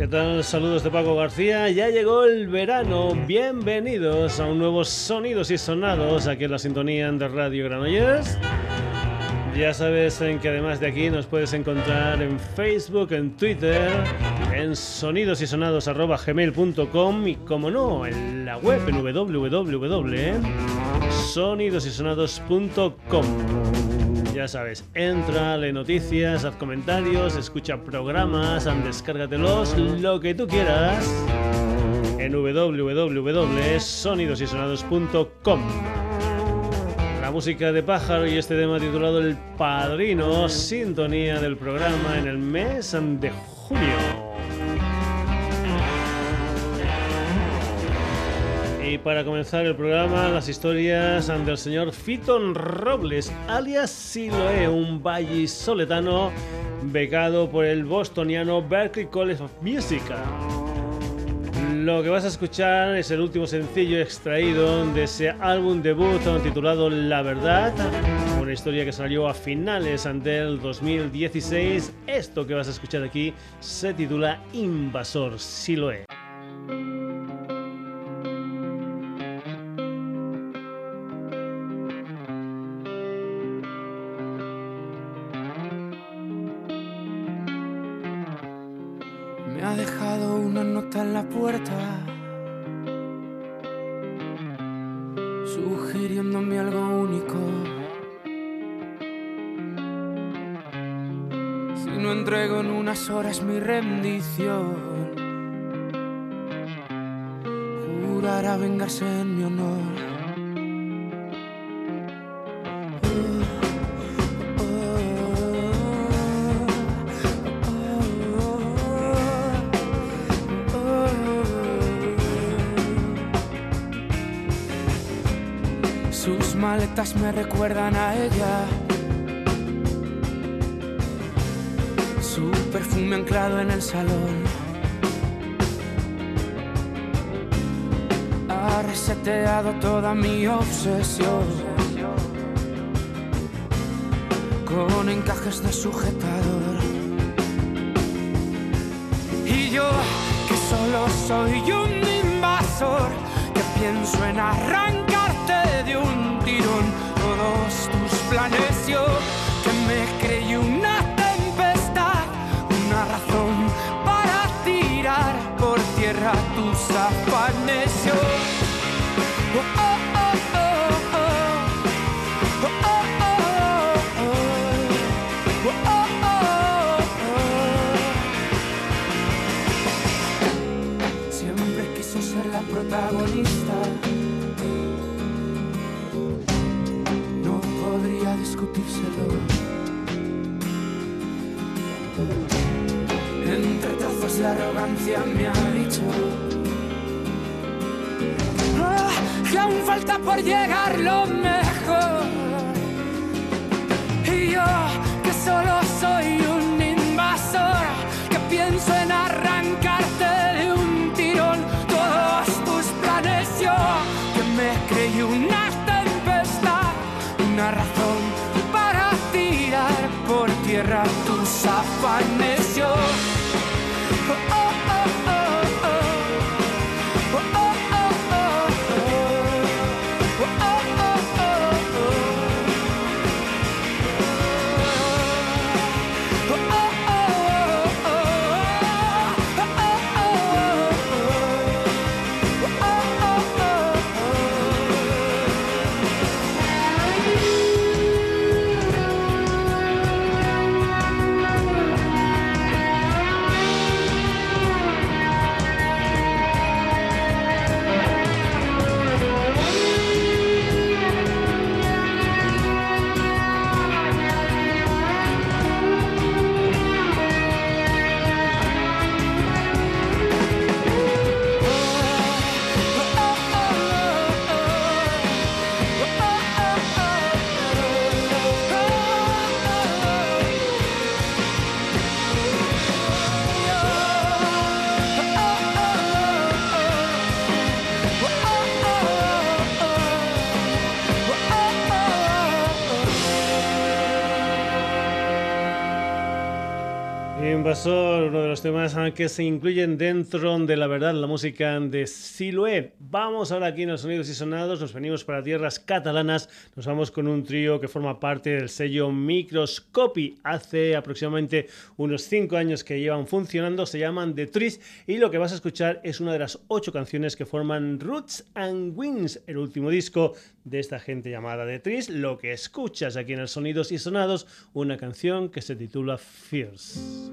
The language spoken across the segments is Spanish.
¿Qué tal? Saludos de Paco García. Ya llegó el verano. Bienvenidos a un nuevo Sonidos y Sonados aquí en la sintonía de Radio Granollers. Ya sabes que además de aquí nos puedes encontrar en Facebook, en Twitter, en sonidosysonados@gmail.com y, como no, en la web en www.sonidosysonados.com. Ya sabes, entra, lee noticias, haz comentarios, escucha programas, descárgatelos, lo que tú quieras en www.sonidosysonados.com. La música de Pájaro y este tema titulado El Padrino, sintonía del programa en el mes de junio. Y para comenzar el programa, las historias del señor Fito Robles, alias Siloé, un vallisoletano becado por el bostoniano Berklee College of Music. Lo que vas a escuchar es el último sencillo extraído de ese álbum debut titulado La Verdad, una historia que salió a finales del 2016. Esto que vas a escuchar aquí se titula Invasor Siloé. Me ha dejado una nota en la puerta, sugiriéndome algo único. Si no entrego en unas horas mi rendición, jurará vengarse en mi honor. Sus maletas me recuerdan a ella, su perfume anclado en el salón. Ha reseteado toda mi obsesión con encajes de sujetador. Y yo, que solo soy un invasor, que pienso en arrancar de un tirón todos tus planes. Yo, que me creí una tempestad, una razón para tirar por tierra tus afanes. Yo, oh, oh, oh, oh, oh. Oh, oh, oh, oh. Oh, oh, oh, oh. Siempre quiso ser la protagonista, podría discutírselo. Entre trozos de arrogancia me ha dicho que aún falta por llegar lo mejor. Y yo, que solo soy un invasor, que pienso en arrancarte de un tirón todos tus planes. Yo, que me creí una razón para tirar por tierra tus afanes. Yo, oh, oh, oh, oh, oh. Oh, oh, oh, oh, oh. Oh, oh, oh, oh, oh. caso, uno de los temas que se incluyen dentro de La Verdad, la música de Siloé. Vamos ahora aquí en los Sonidos y Sonados, nos venimos para tierras catalanas, nos vamos con un trío que forma parte del sello Microscopy. Hace aproximadamente unos 5 años que llevan funcionando, se llaman The Trees, y lo que vas a escuchar es una de las 8 canciones que forman Roots and Wings, el último disco de esta gente llamada The Trees. Lo que escuchas aquí en el Sonidos y Sonados, una canción que se titula Fierce.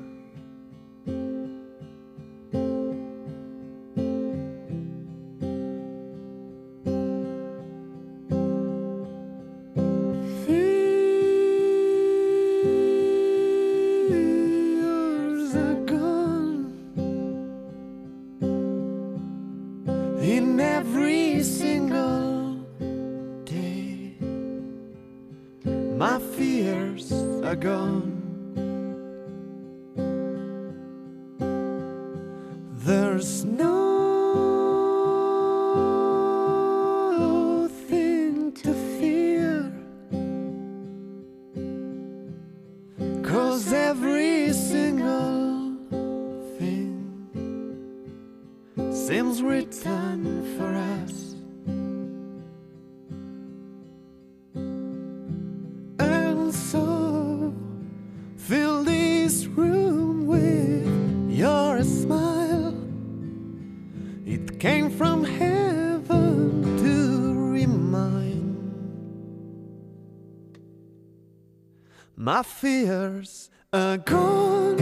My fears are gone.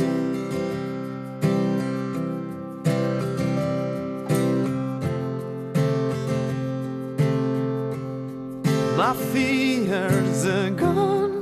My fears are gone.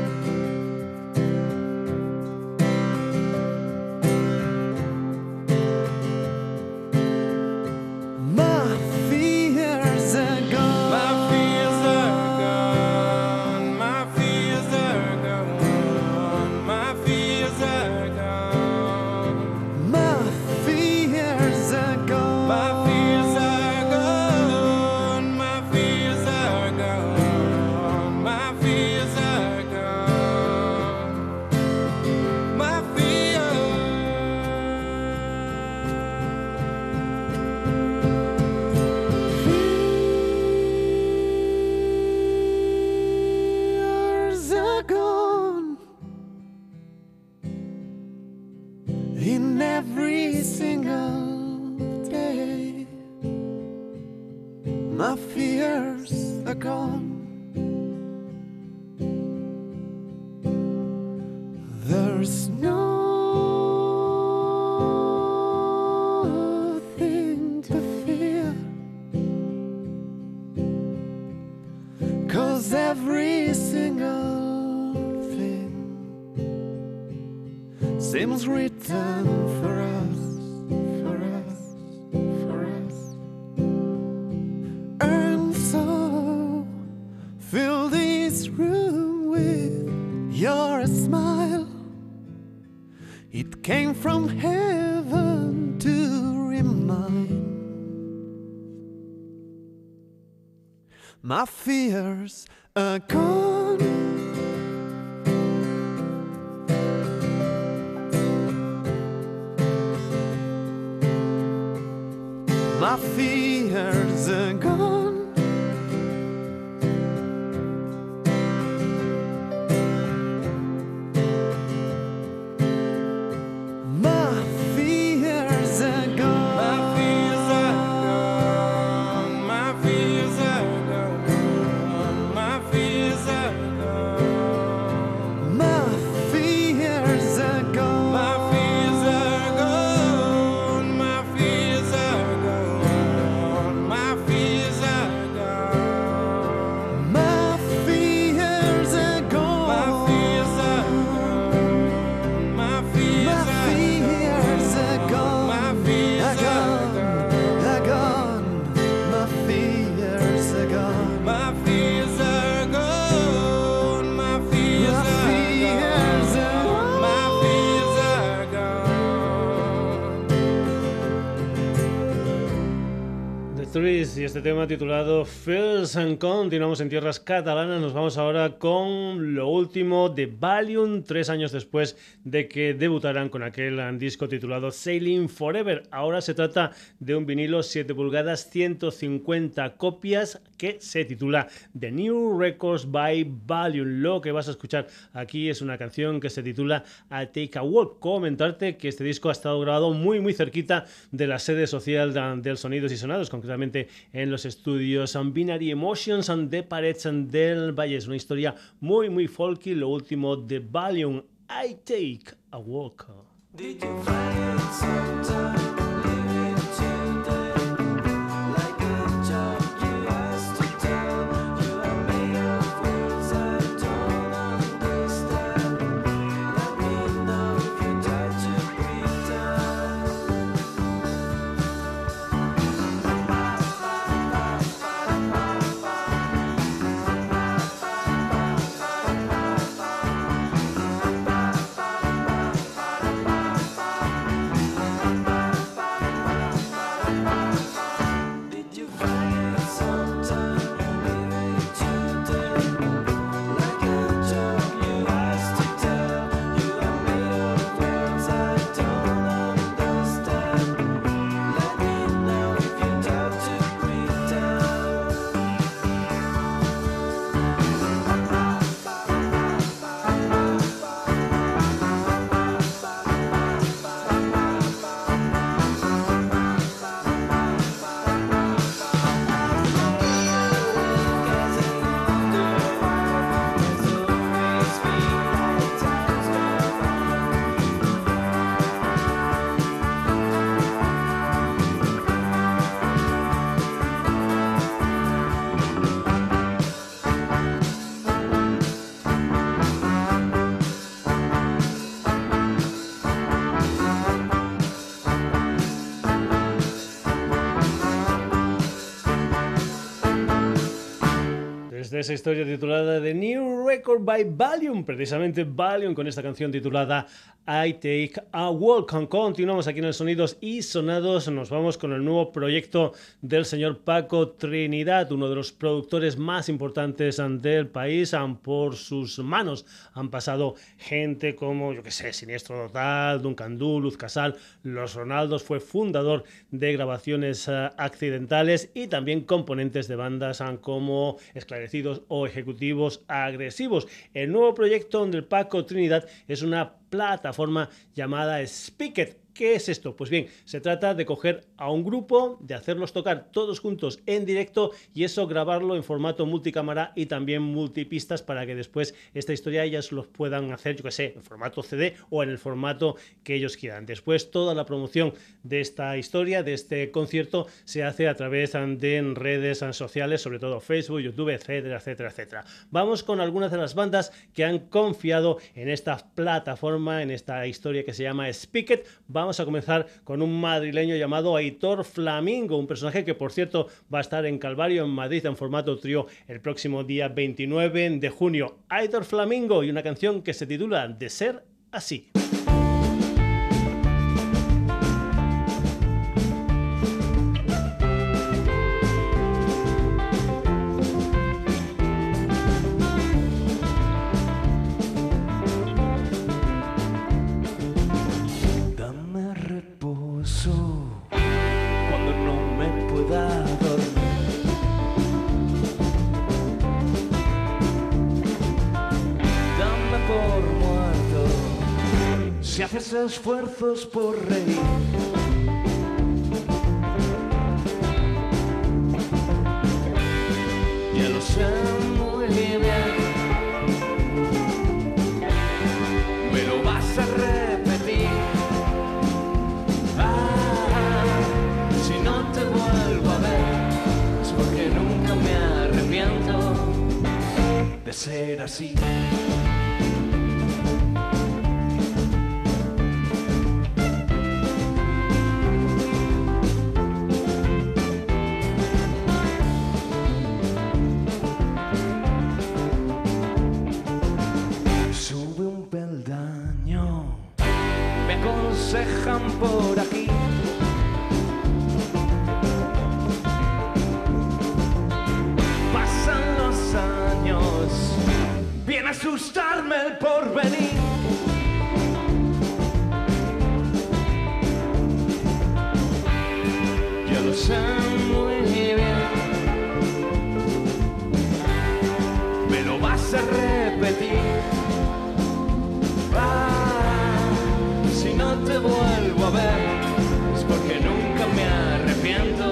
My fears are gone. My fears are gone. My fears are Trees y este tema titulado First and continuamos en tierras catalanas. Nos vamos ahora con lo último de Valium, 3 años después de que debutaran con aquel disco titulado Sailing Forever. Ahora se trata de un vinilo 7 pulgadas, 150 copias, que se titula The New Records by Valium. Lo que vas a escuchar aquí es una canción que se titula I Take a Walk. Comentarte que este disco ha estado grabado muy cerquita de la sede social del Sonidos y Sonados, concretamente en los estudios Binary Emotions de Parets del Valle. Es una historia muy folky. Lo último de Valium, I Take a Walk. Did you find it sometime? De esa historia titulada The New Record by Valium, precisamente Valium, con esta canción titulada I Take a Walk. Continuamos aquí en el Sonidos y Sonados. Nos vamos con el nuevo proyecto del señor Paco Trinidad, uno de los productores más importantes del país. Por sus manos han pasado gente como, yo que sé, Siniestro Total, Duncan Du, Luz Casal, Los Ronaldos. Fue fundador de Grabaciones Accidentales y también componentes de bandas como Esclarecidos o Ejecutivos Agresivos. El nuevo proyecto del Paco Trinidad es una plataforma llamada Speakit. ¿Qué es esto? Pues bien, se trata de coger a un grupo, de hacerlos tocar todos juntos en directo y eso grabarlo en formato multicámara y también multipistas para que después esta historia ellas los puedan hacer, yo que sé, en formato CD o en el formato que ellos quieran. Después toda la promoción de esta historia, de este concierto, se hace a través de redes sociales, sobre todo Facebook, YouTube, etcétera. Vamos con algunas de las bandas que han confiado en esta plataforma, en esta historia que se llama Speakit. Vamos a comenzar con un madrileño llamado Aitor Flamingo, un personaje que, por cierto, va a estar en Calvario, en Madrid, en formato trío el próximo día 29 de junio. Aitor Flamingo y una canción que se titula De ser así. Si haces esfuerzos por reír, ya lo sé muy bien, me lo vas a repetir. Si no te vuelvo a ver, es porque nunca me arrepiento de ser así. Aconsejan por aquí asustarme el porvenir. Yo lo sé muy bien, me lo vas a repetir. Si no te vuelvo a ver, es porque nunca me arrepiento.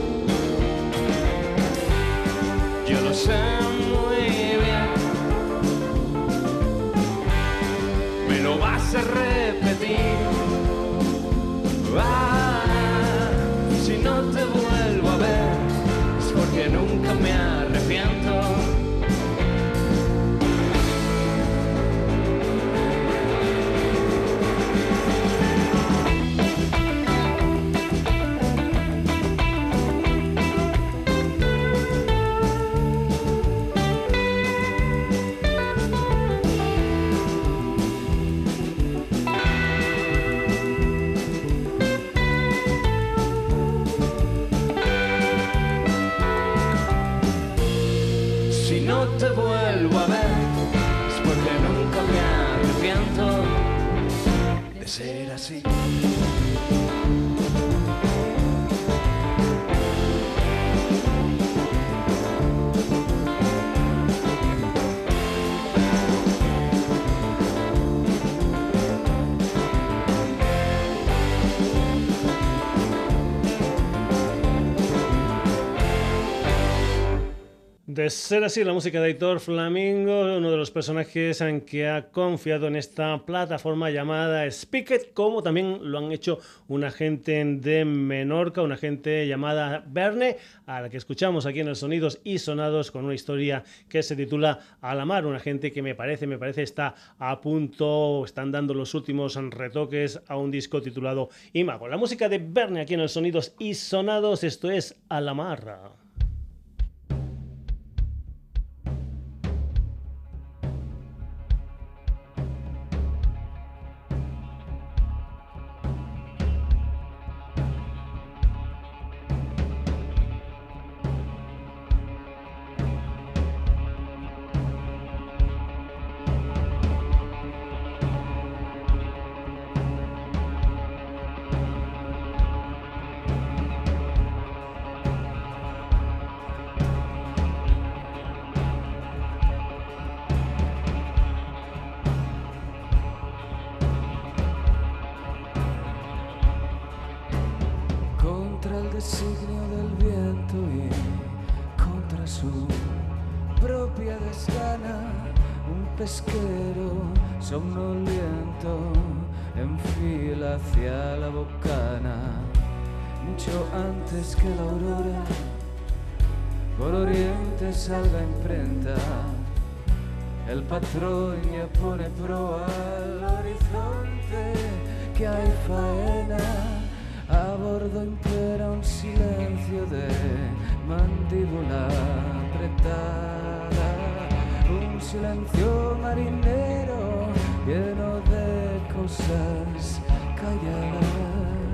Yo lo sé muy bien, me lo vas a repetir. Si no te vuelvo a ver, es porque nunca me arrepiento. Te vuelvo a ver, es porque nunca me arrepiento de ser así. De ser así, la música de Héctor Flamingo, uno de los personajes en que ha confiado en esta plataforma llamada Spiket, como también lo han hecho una gente de Menorca, una gente llamada Verne, a la que escuchamos aquí en el Sonidos y Sonados con una historia que se titula A la Mar, una gente que me parece está a punto, están dando los últimos retoques a un disco titulado Imago. La música de Verne aquí en el Sonidos y Sonados, esto es A la Mar. Designio del viento y contra su propia desgana, un pesquero somnoliento enfila hacia la bocana, mucho antes que la aurora por oriente salga imprenta. El patrón ya pone proa al horizonte, que hay faena. A bordo impera un silencio de mandíbula apretada, un silencio marinero lleno de cosas calladas.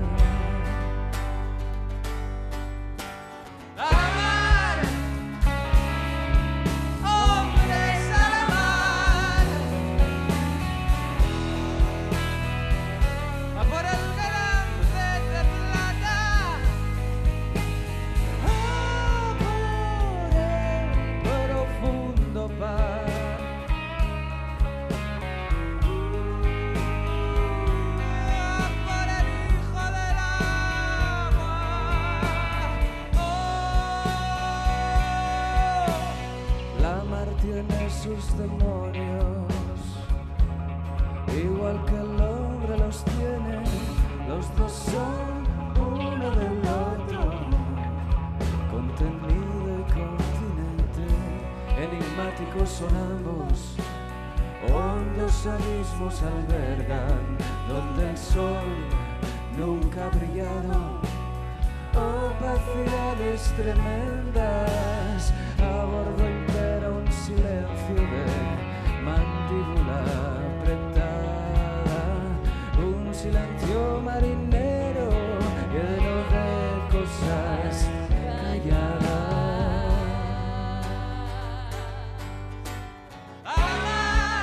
Sus demonios, igual que el hombre los tiene, los dos son uno del otro, contenido y continente, enigmáticos son ambos, hondos abismos albergan, donde el sol nunca ha brillado, opacidades tremendas, a bordo impera un silencio de mandíbula apretada, un silencio marinero lleno de cosas calladas.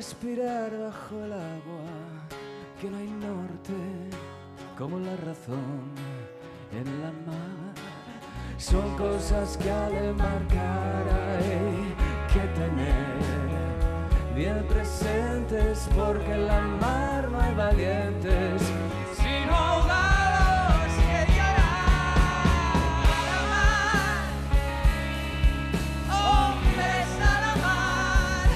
respirar bajo el agua, que no hay norte como la razón en la mar. Son cosas que al embarcar hay que tener bien presentes, porque en la mar no hay valientes, sino ahogados que lloran a la mar. Hombres a la mar,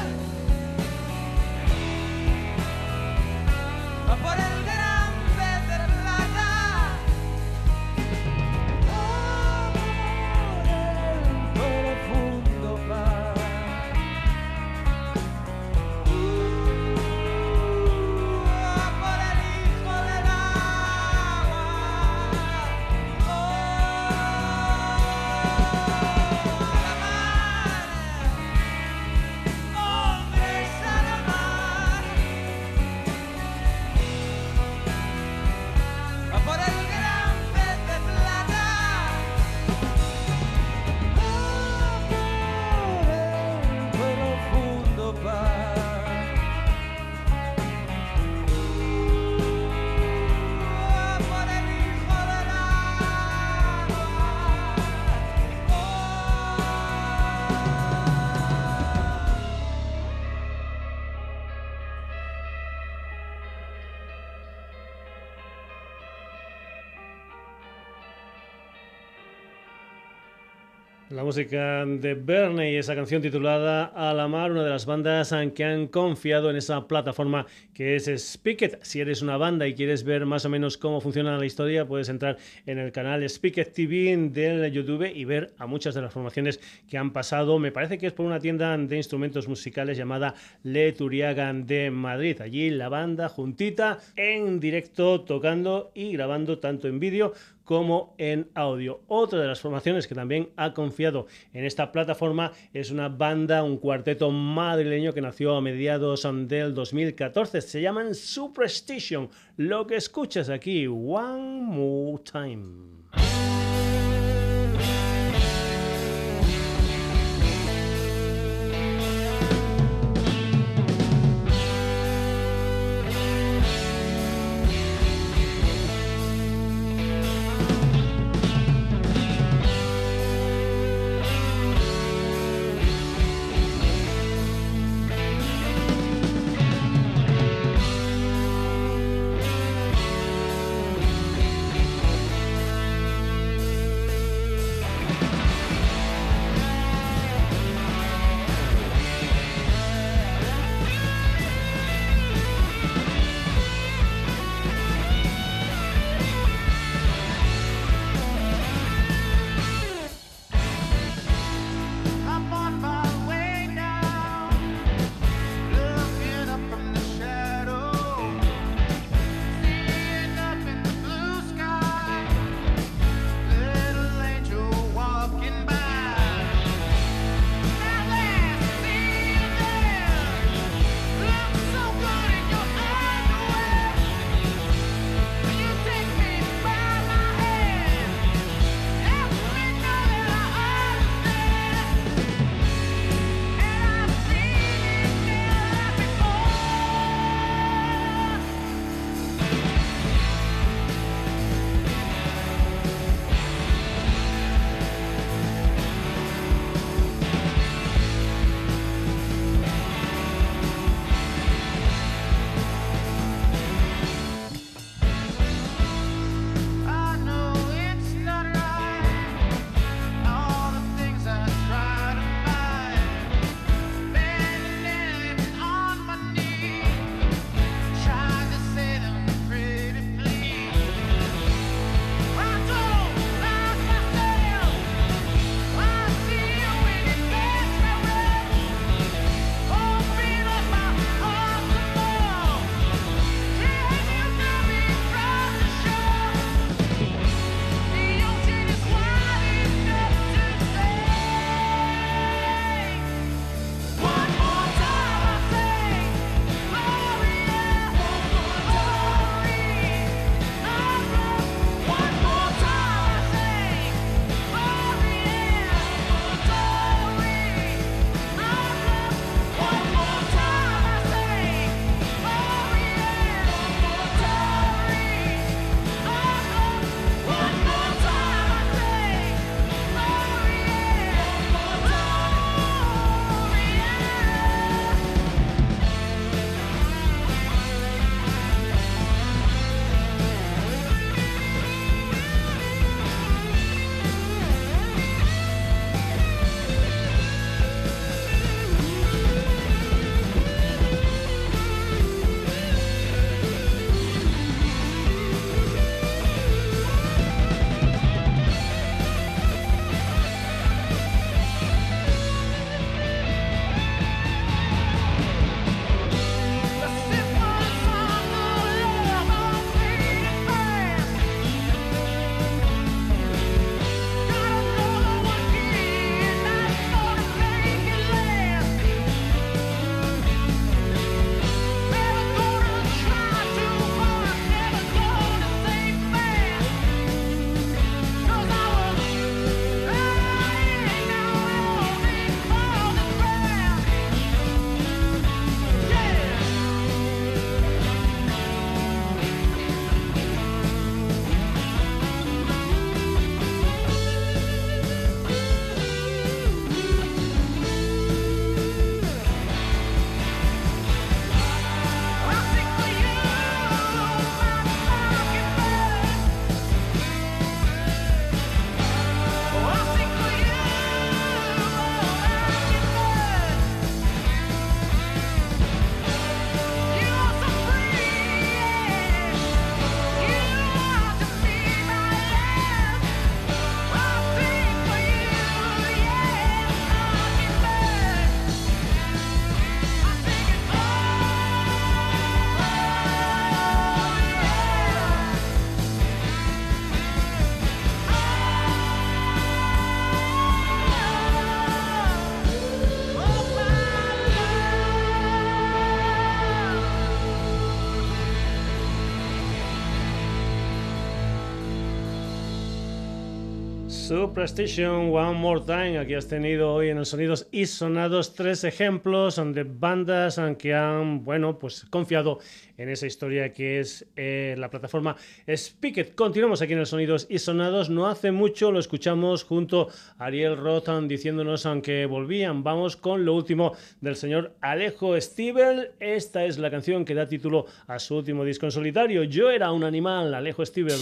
a por el gran pez de plata, a por el profundo mar. A por el hijo del agua. A la mar, hombres a la mar, a por el gran pez de plata, a por el profundo mar. A por el hijo del agua. La música de Verne y esa canción titulada A la Mar, una de las bandas que han confiado en esa plataforma que es Spiket. Si eres una banda y quieres ver más o menos cómo funciona la historia, puedes entrar en el canal Spiket TV del YouTube y ver a muchas de las formaciones que han pasado. Me parece que es por una tienda de instrumentos musicales llamada Le Turiaga de Madrid. Allí la banda juntita en directo, tocando y grabando tanto en vídeo como en audio. Otra de las formaciones que también ha confiado en esta plataforma es una banda, un cuarteto madrileño que nació a mediados del 2014. Se llaman Superstition. Lo que escuchas aquí, One More Time. Superstition, One More Time. Aquí has tenido hoy en el Sonidos y Sonados 3 ejemplos de bandas que han, bueno, pues confiado en esa historia que es la plataforma Spiket. Continuamos aquí en el Sonidos y Sonados. No hace mucho lo escuchamos junto a Ariel Roth diciéndonos que volvían. Vamos con lo último del señor Alejo Stivel. Esta es la canción que da título a su último disco en solitario. Yo era un animal, Alejo Stivel.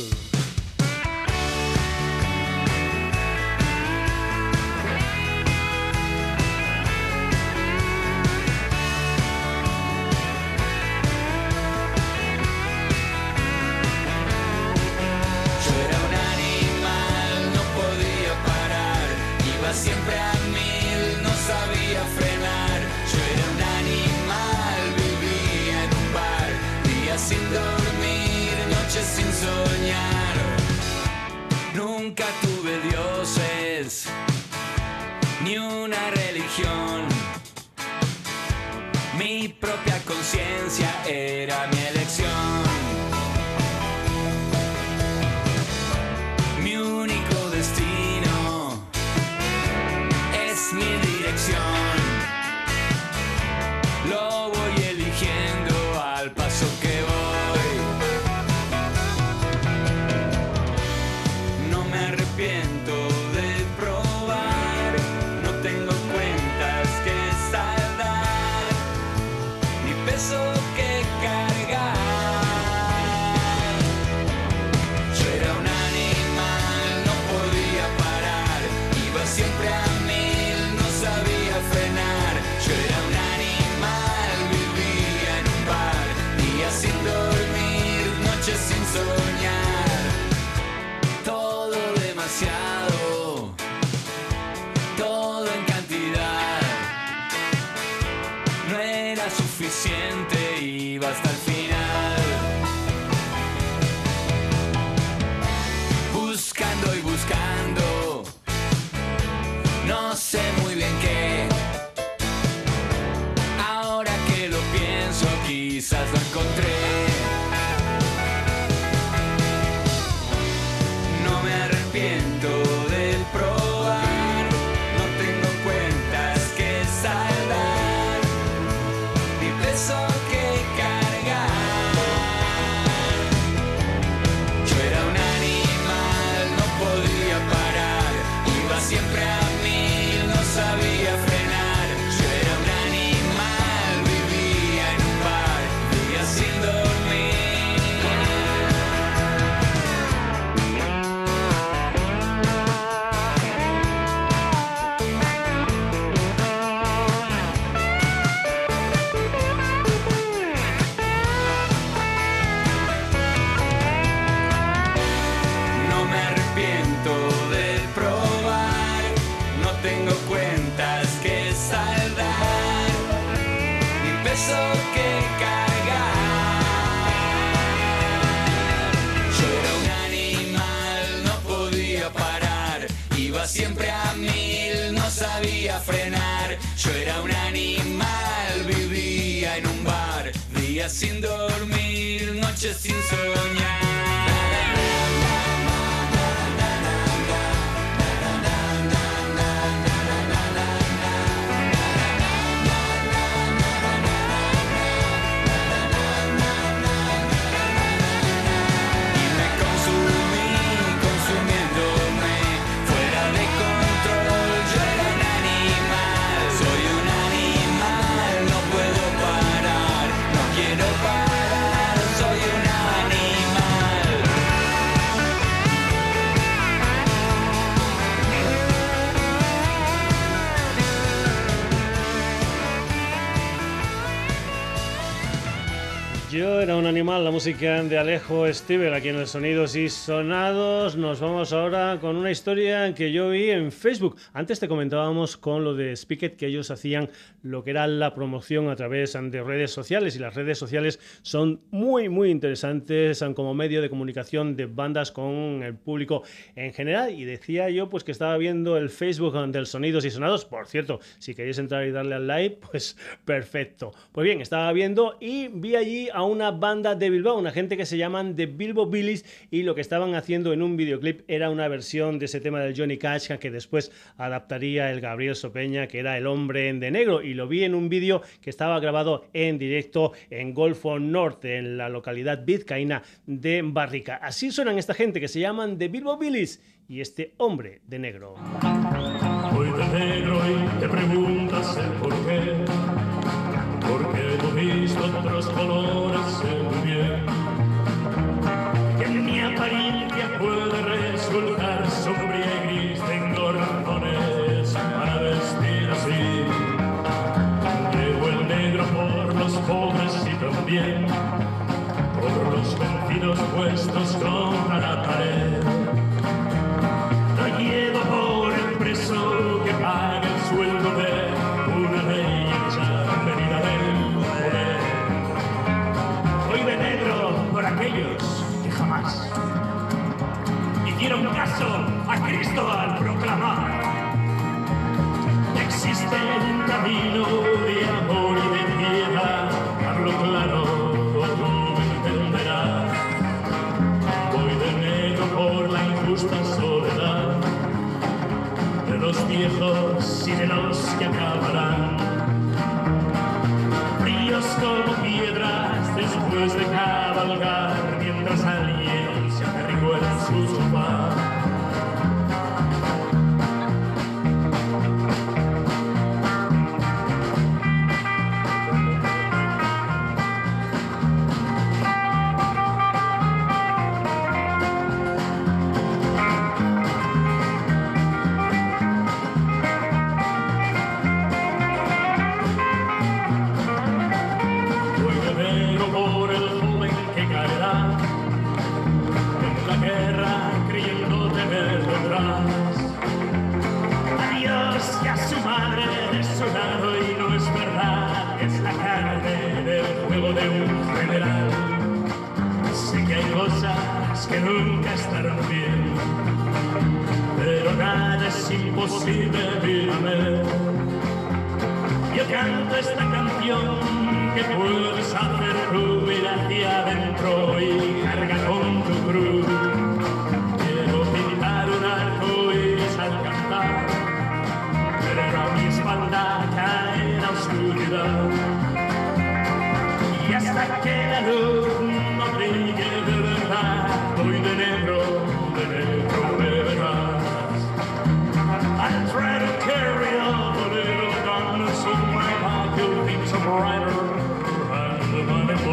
Siempre a mil, no sabía frenar. Yo era un animal, vivía en un bar, días sin dormir, noches sin soñar. Nunca tuve dioses, ni una religión. Mi propia conciencia era mi elección. Mi único destino es mi dirección, lo voy eligiendo al paso que voy. No me arrepiento de probar, no tengo cuentas que saldar, ni peso que cargar. Yo era un animal, no podía parar, iba siempre a sabía frenar. Yo era un animal, vivía en un bar, días sin dormir, noches sin soñar. Todo demasiado, todo en cantidad. No era suficiente, iba hasta el final. Buscando y buscando, no sé muy bien qué. Ahora que lo pienso, quizás lo encontré. No me arrepiento del probar, no tengo cuentas que saldar, ni peso que cargar. Yo era un animal, no podía parar, iba siempre a sabía frenar. Yo era un animal, vivía en un bar, días sin dormir. No me arrepiento del probar, no tengo cuentas que saldar, ni peso que cargar. Yo era un animal, no podía parar, iba siempre a mil, no sabía frenar. Yo era un animal, vivía en un bar, días sin dormir, noches sin soñar. Yo era un animal, la música de Alejo Stivel aquí en el Sonidos y Sonados. Nos vamos ahora con una historia que yo vi en Facebook. Antes te comentábamos con lo de Spiket que ellos hacían lo que era la promoción a través de redes sociales, y las redes sociales son muy muy interesantes como medio de comunicación de bandas con el público en general. Y decía yo pues que estaba viendo el Facebook del Sonidos y Sonados. Por cierto, si queréis entrar y darle al like, pues perfecto. Pues bien, estaba viendo y vi allí a una banda banda de Bilbao, una gente que se llaman The Bilbo Billies, y lo que estaban haciendo en un videoclip era una versión de ese tema del Johnny Cash que después adaptaría el Gabriel Sopeña, que era El hombre de negro, y lo vi en un vídeo que estaba grabado en directo en Golfo Norte, en la localidad vizcaína de Barrica. Así suenan esta gente que se llaman The Bilbo Billies y este hombre de negro. Voy de negro y te preguntas el por qué, porque he visto otros colores, sé muy bien que mi apariencia puede resultar sombría y gris. Tengo razones para vestir así. Llevo el negro por los pobres y también por los vencidos puestos contra la pared. Lo llevo por el preso que paga el sueldo de una ley hecha venida del poder. Voy de negro por aquellos que jamás hicieron caso a Cristo al proclamar: existe un camino de amor y de piedad. Hablo claro, tú me entenderás. Voy de negro por la injusta soledad de los viejos y de los que acabarán fríos como piedras después de cabalgar, mientras alguien se hace rico en su sofá. Que nunca estarán bien, pero nada es imposible, mírame. Yo canto esta canción que puedes hacer tú, ir hacia adentro y carga con tu cruz. Quiero pintar un arco iris al cantar, pero a mi espalda cae la oscuridad. Y hasta que la luz no brille de verdad, voy de negro me verás. I'll try to carry on a little darkness in my heart till things are brighter and the money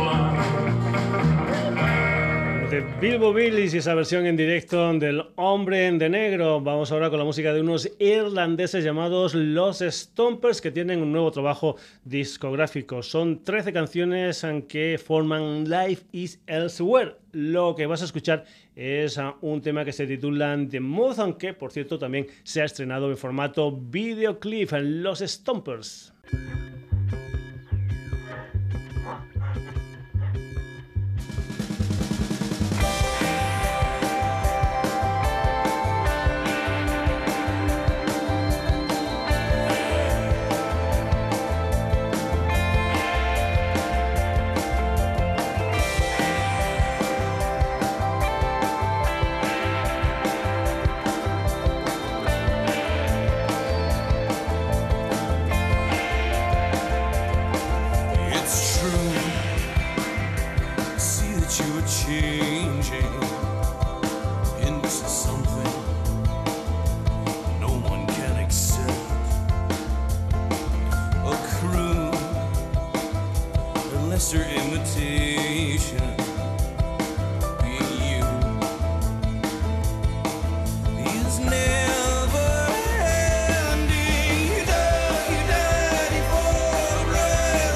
fly. De Bilbo Billies y esa versión en directo del Hombre de Negro. Vamos ahora con la música de unos irlandeses llamados Los Stompers, que tienen un nuevo trabajo discográfico. Son 13 canciones que forman Life is Elsewhere. Lo que vas a escuchar es un tema que se titula The Mood, aunque por cierto también se ha estrenado en formato videoclip. Los Stompers.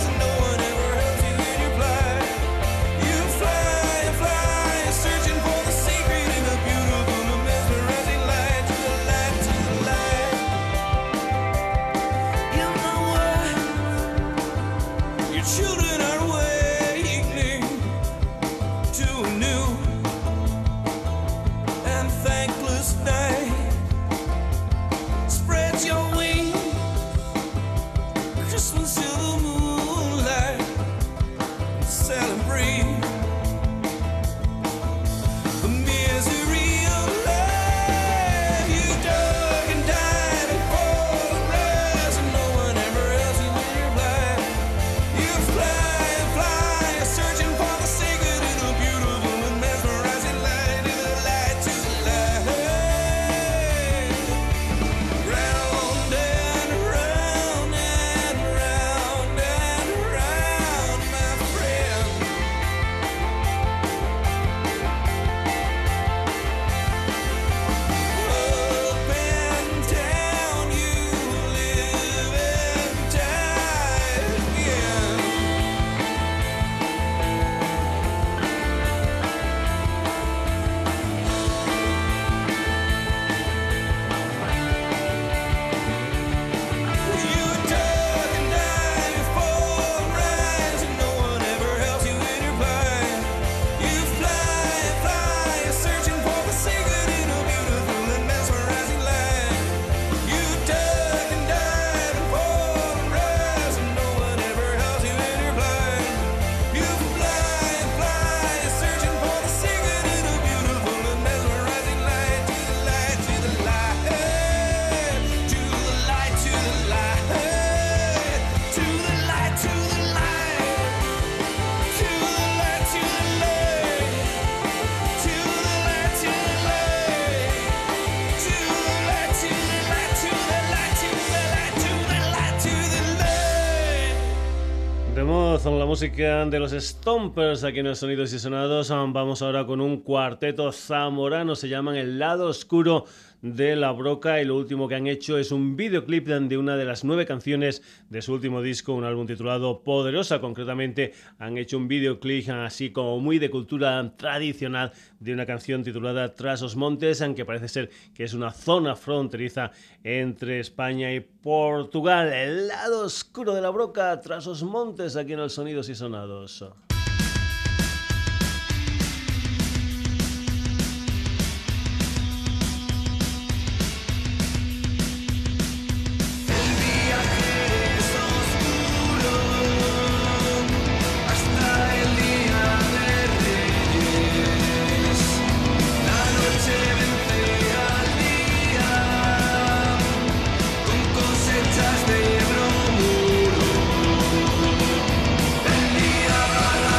Searching for the Son la música de los Stompers aquí en los Sonidos y Sonados. Vamos ahora con un cuarteto zamorano, se llaman El Lado Oscuro de la Broca, y lo último que han hecho es un videoclip de una de las 9 canciones de su último disco, un álbum titulado Poderosa. Concretamente han hecho un videoclip así como muy de cultura tradicional de una canción titulada Tras os Montes, aunque parece ser que es una zona fronteriza entre España y Portugal. El Lado Oscuro de la Broca, Tras os Montes, aquí en los Sonidos y Sonados. Cosechas de bromuro, el día va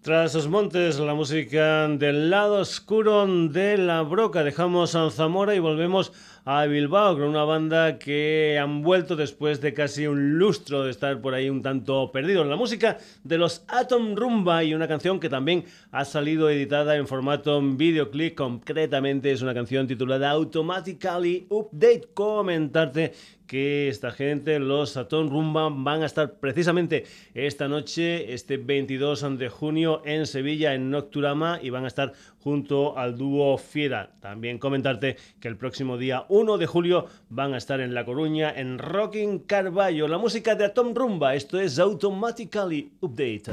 Tras los montes, la música del lado oscuro de la Broca. Dejamos a Zamora y volvemos a Bilbao con una banda que han vuelto después de casi un lustro de estar por ahí un tanto perdidos. La música de los Atom Rumba y una canción que también ha salido editada en formato videoclip. Concretamente es una canción titulada Automatically Update. Comentarte que esta gente, los Atom Rumba, van a estar precisamente esta noche, este 22 de junio, en Sevilla, en Nocturama, y van a estar junto al dúo Fiera. También comentarte que el próximo día 1 de julio van a estar en La Coruña, en Rocking Carballo. La música de Atom Rumba, esto es Automatically Update.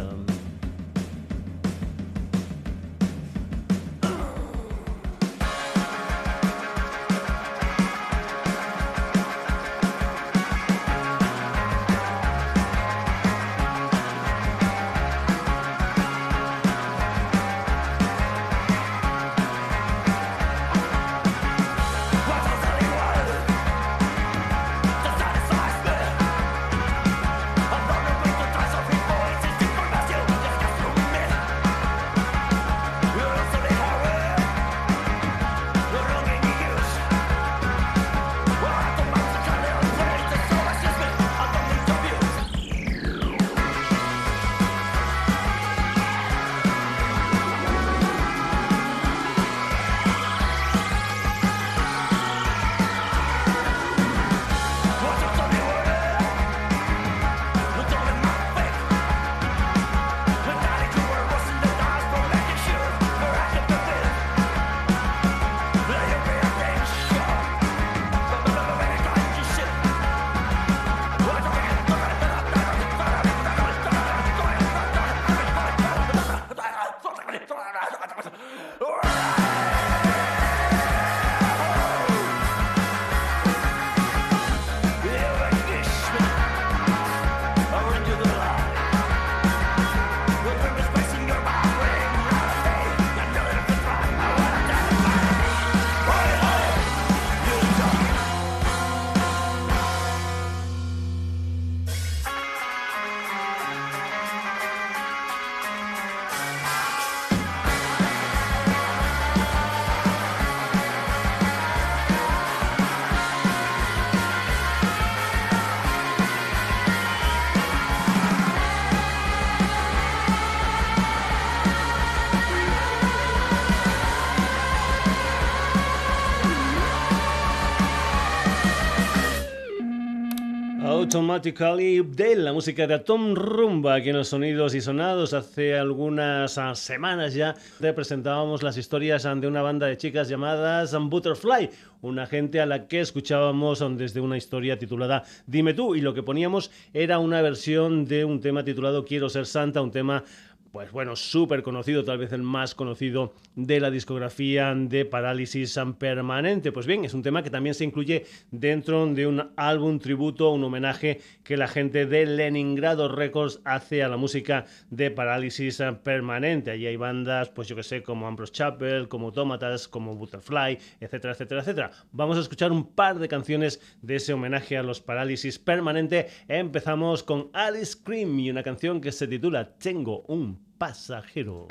Automatically Update, la música de Atom Rumba, aquí en los Sonidos y Sonados. Hace algunas semanas ya te presentábamos las historias de una banda de chicas llamadas Butterfly, una gente a la que escuchábamos desde una historia titulada Dime Tú, y lo que poníamos era una versión de un tema titulado Quiero Ser Santa, un tema pues bueno, súper conocido, tal vez el más conocido de la discografía de Parálisis Permanente. Pues bien, es un tema que también se incluye dentro de un álbum tributo, un homenaje que la gente de Leningrado Records hace a la música de Parálisis Permanente. Allí hay bandas, pues yo que sé, como Ambrose Chapel, como Autómatas, como Butterfly, etcétera, etcétera, etcétera. Vamos a escuchar un par de canciones de ese homenaje a los Parálisis Permanente. Empezamos con Alice Cream y una canción que se titula Tengo un pasajero.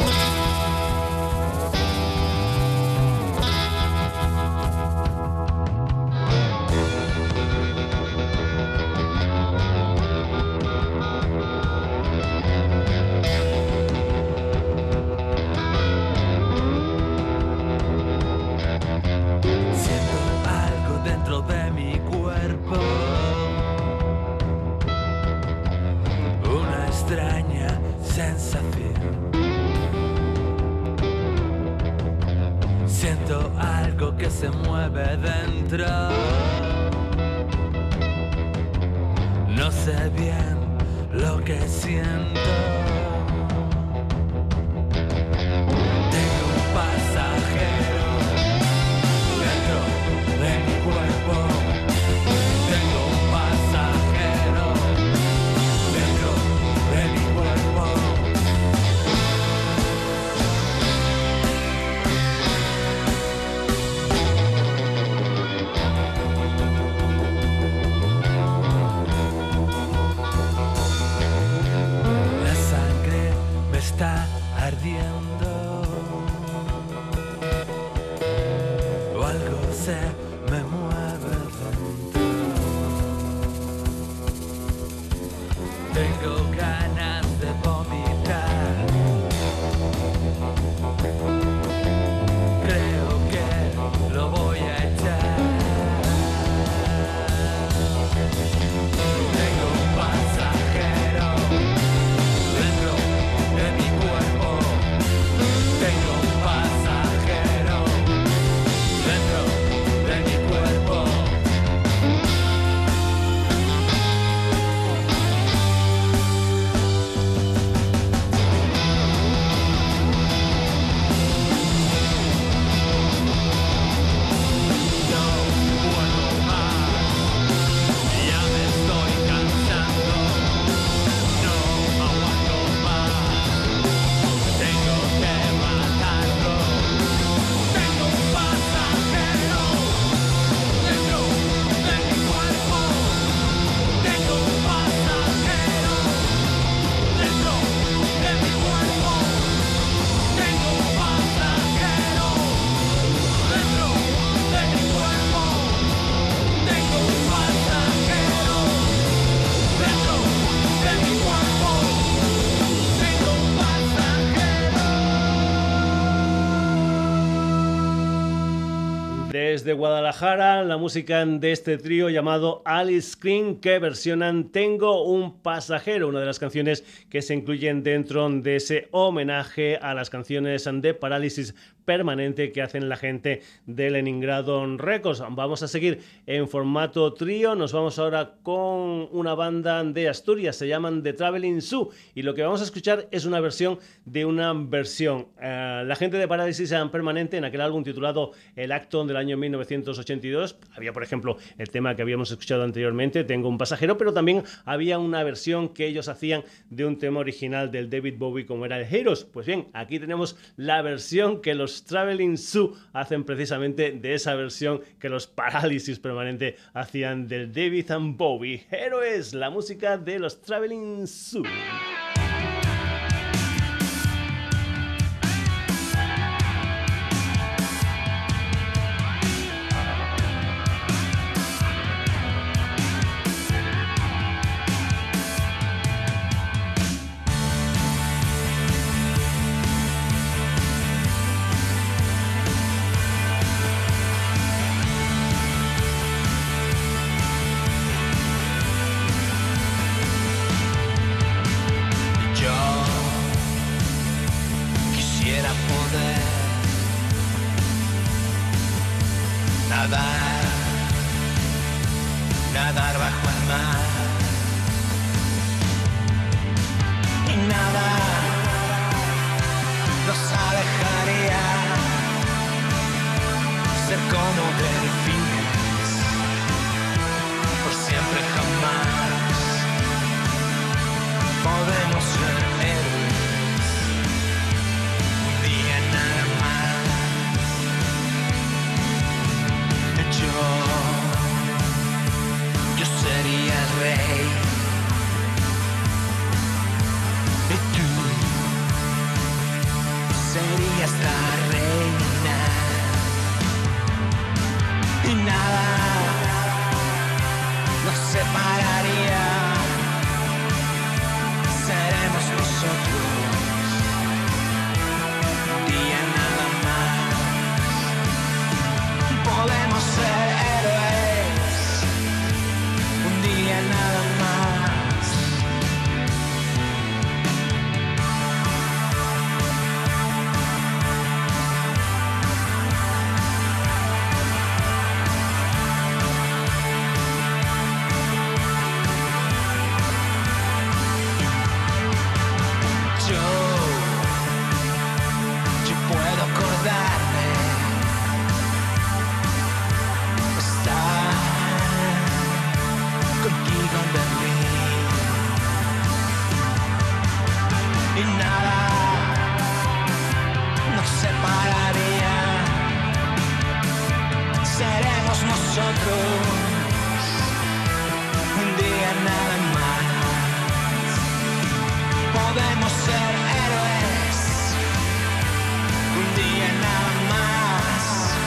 Siento algo que se mueve dentro. No sé bien lo que siento. Tengo un pasajero dentro de mi cuerpo. Tengo un pasajero dentro de mi cuerpo. La sangre Tengo ganas de vomitar. Creo que lo voy a echar. Tengo un pasajero dentro de mi cuerpo. Tengo un pasajero dentro de mi cuerpo. Desde Guadalajara, la música de este trío llamado Alice Cream, que versionan Tengo un pasajero, una de las canciones que se incluyen dentro de ese homenaje a las canciones de Parálisis Permanente que hacen la gente de Leningrado Records. Vamos a seguir en formato trío, nos vamos ahora con una banda de Asturias, se llaman The Traveling Zoo, y lo que vamos a escuchar es una versión de una versión. La gente de Parálisis Permanente, en aquel álbum titulado El Acto del año 1982, había por ejemplo el tema que habíamos escuchado anteriormente, Tengo un pasajero, pero también había una versión que ellos hacían de un tema original del David Bowie como era el Heroes. Pues bien, aquí tenemos la versión que los Traveling Zoo hacen precisamente de esa versión que los Parálisis Permanente hacían del David and Bowie. Héroes, la música de los Traveling Zoo. Nadar bajo el mar y nada nos alejaría, ser como delfines por siempre jamás. Podemos ser héroes un día nada más. Yo sería el rey y tú serías la reina y nada nos separaría, seremos nosotros un día nada más. Podemos ser héroes un día nada más. Yo puedo acordarme estar contigo en Berlín y nada nos separaría, seremos nosotros un día nada más. Podemos ser héroes un día nada más.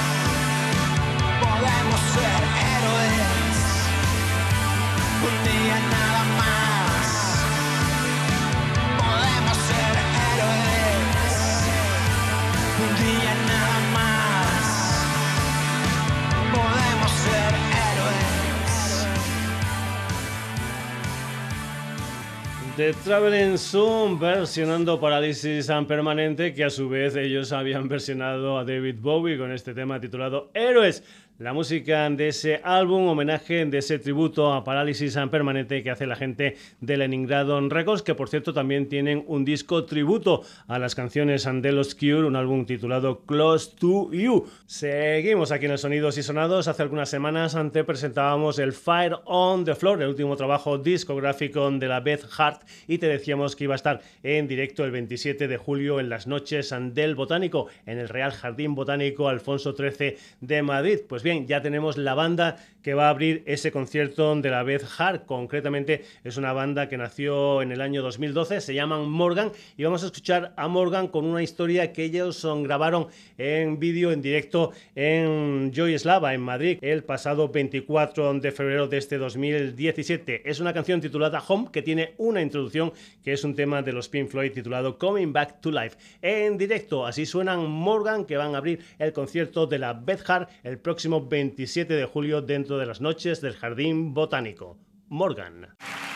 Podemos ser héroes un día nada más. The Traveling Sun versionando Parálisis Permanente, que a su vez ellos habían versionado a David Bowie con este tema titulado Héroes. La música de ese álbum, homenaje de ese tributo a Parálisis Permanente que hace la gente de Leningrado Records, que por cierto también tienen un disco tributo a las canciones de los Cure, un álbum titulado Close to You. Seguimos aquí en el Sonidos y Sonados. Hace algunas semanas antes presentábamos el Fire on the Floor, el último trabajo discográfico de la Beth Hart, y te decíamos que iba a estar en directo el 27 de julio en las noches del Botánico, en el Real Jardín Botánico Alfonso XIII de Madrid. Pues bien, ya tenemos la banda que va a abrir ese concierto de la Beth Hart. Concretamente es una banda que nació en el año 2012, se llaman Morgan, y vamos a escuchar a Morgan con una historia que ellos grabaron en vídeo, en directo en Joy Slava en Madrid el pasado 24 de febrero de este 2017. Es una canción titulada Home, que tiene una introducción que es un tema de los Pink Floyd titulado Coming Back to Life. En directo, así suenan Morgan, que van a abrir el concierto de la Beth Hart el próximo 27 de julio dentro de las noches del Jardín Botánico. Morgan.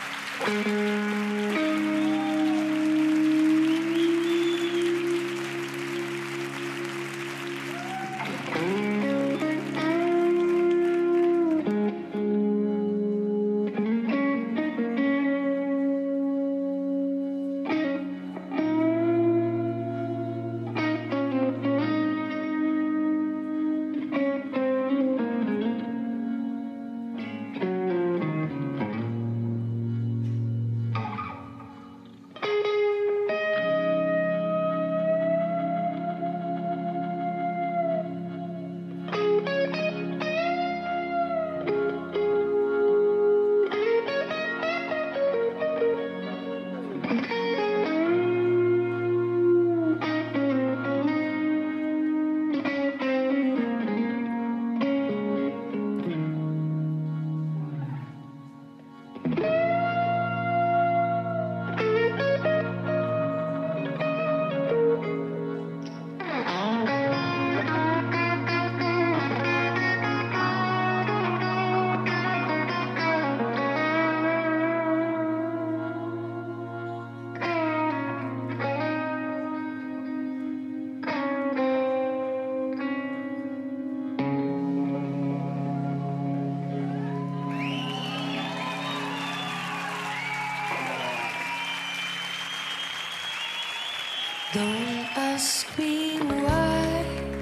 Don't ask me why,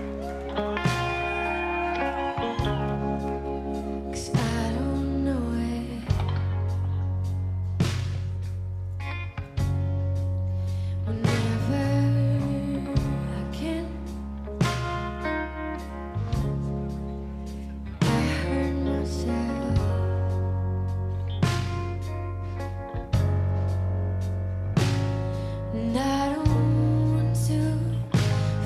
'cause I don't know it. Whenever I can, I hurt myself. And I don't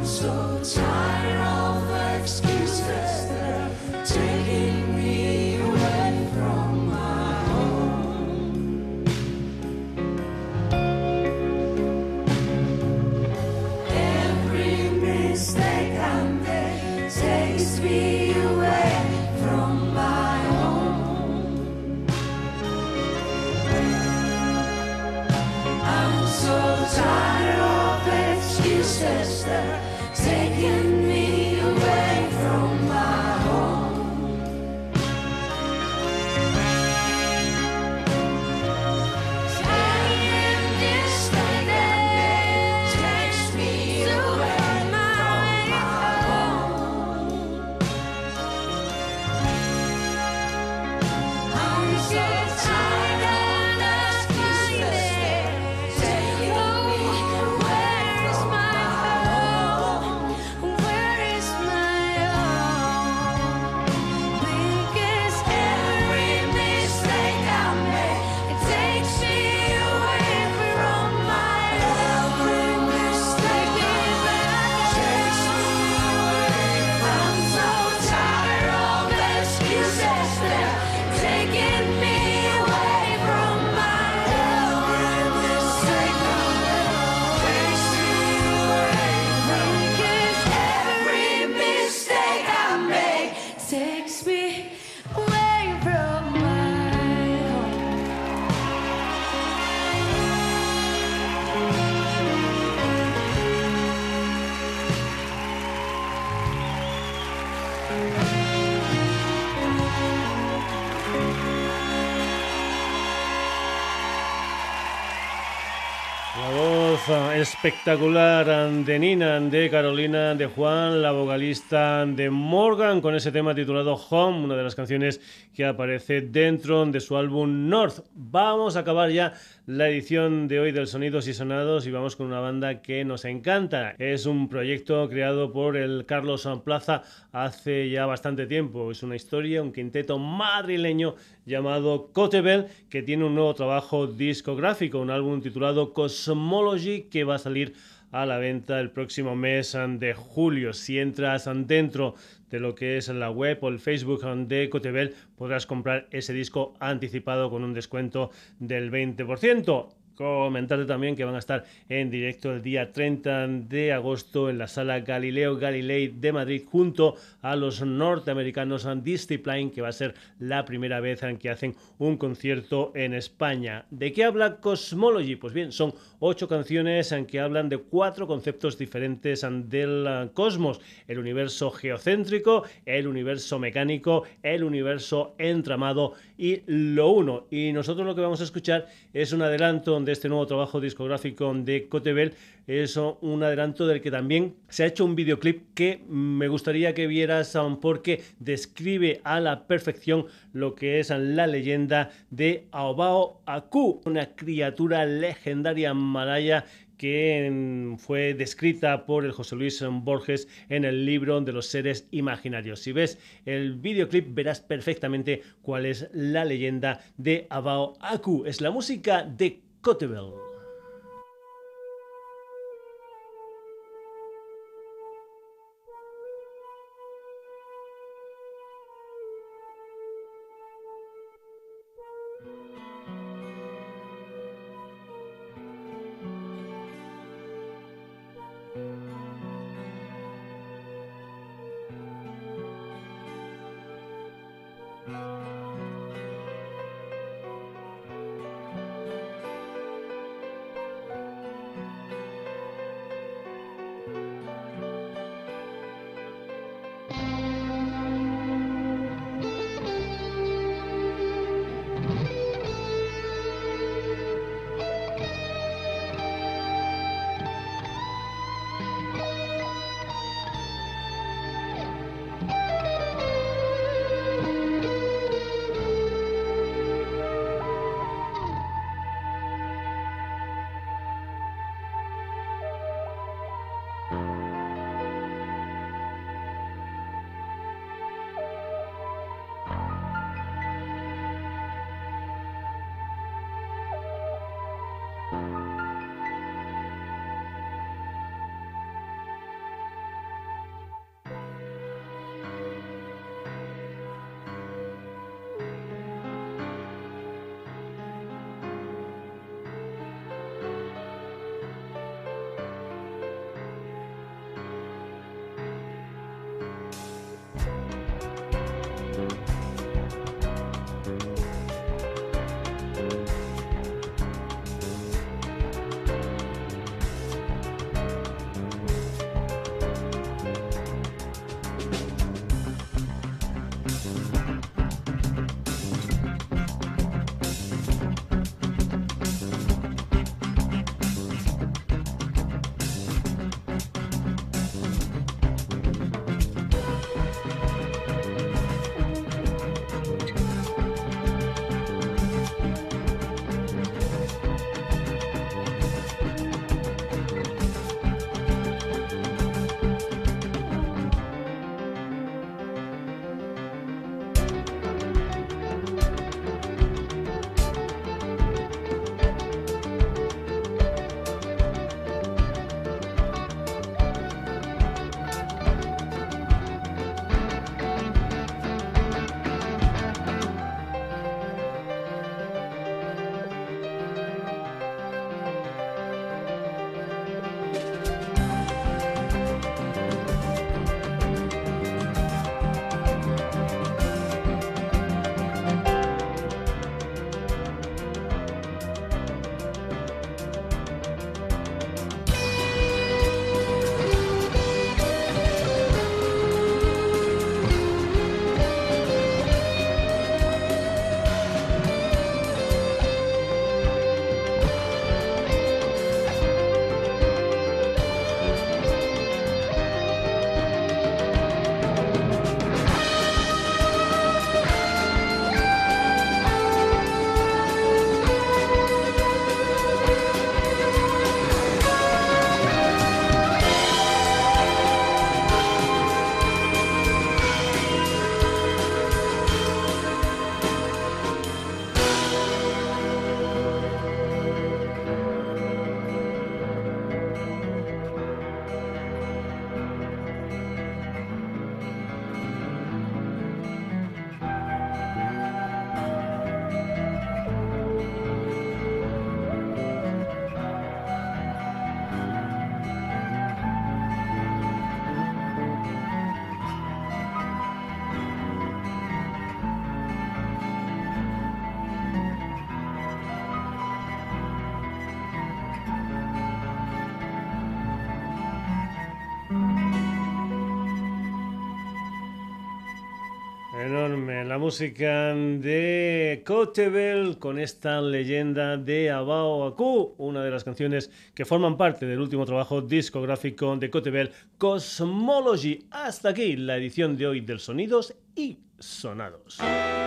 Espectacular de Nina, de Carolina, de Juan, la vocalista de Morgan, con ese tema titulado Home, una de las canciones que aparece dentro de su álbum North. Vamos a acabar ya la edición de hoy del Sonidos y Sonados y vamos con una banda que nos encanta. Es un proyecto creado por el Carlos Plaza hace ya bastante tiempo. Es una historia, un quinteto madrileño llamado Cotebel, que tiene un nuevo trabajo discográfico, un álbum titulado Cosmology, que va a salir a la venta el próximo mes de julio. Si entras dentro de lo que es la web o el Facebook de Cotebel, podrás comprar ese disco anticipado con un descuento del 20%. Comentarte también que van a estar en directo el día 30 de agosto en la sala Galileo Galilei de Madrid junto a los norteamericanos Discipline, que va a ser la primera vez en que hacen un concierto en España. ¿De qué habla Cosmology? Pues bien, son 8 canciones en que hablan de 4 conceptos diferentes del cosmos: el universo geocéntrico, el universo mecánico, el universo entramado y lo uno. Y nosotros lo que vamos a escuchar es un adelanto de este nuevo trabajo discográfico de Cotebel. Es un adelanto del que también se ha hecho un videoclip que me gustaría que vieras, porque describe a la perfección lo que es la leyenda de Aobao Aku, una criatura legendaria malaya que fue descrita por el José Luis Borges en el libro de los seres imaginarios. Si ves el videoclip verás perfectamente cuál es la leyenda de Aobao Aku. Es la música de Cotebel. La música de Cotebel con esta leyenda de Abao Aku, una de las canciones que forman parte del último trabajo discográfico de Cotebel, Cosmology. Hasta aquí la edición de hoy del Sonidos y Sonados.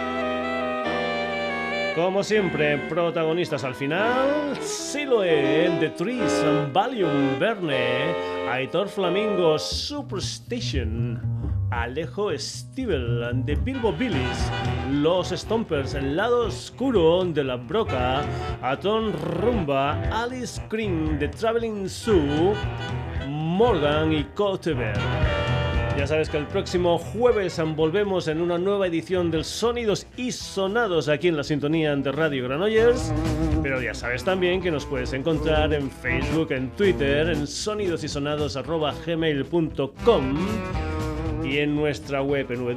Como siempre, protagonistas al final: Siloé, The Trees, Valium, Verne, Aitor Flamingo, Superstation, Alejo Stivel, de Bilbo Billis, Los Stompers, El Lado Oscuro de la Broca, Aton Rumba, Alice Green, The Traveling Sue, Morgan y Cotebel. Ya sabes que el próximo jueves volvemos en una nueva edición del Sonidos y Sonados aquí en la sintonía de Radio Granollers. Pero ya sabes también que nos puedes encontrar en Facebook, en Twitter, en sonidosysonados@gmail.com y en nuestra web en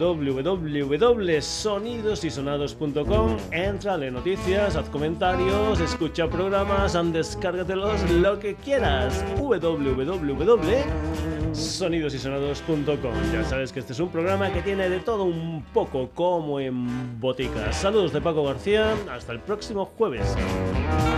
www.sonidosysonados.com. Entrale noticias, haz comentarios, escucha programas, descárgatelos, lo que quieras. www.sonidosysonados.com. Ya sabes que este es un programa que tiene de todo un poco, como en botica. Saludos de Paco García, hasta el próximo jueves.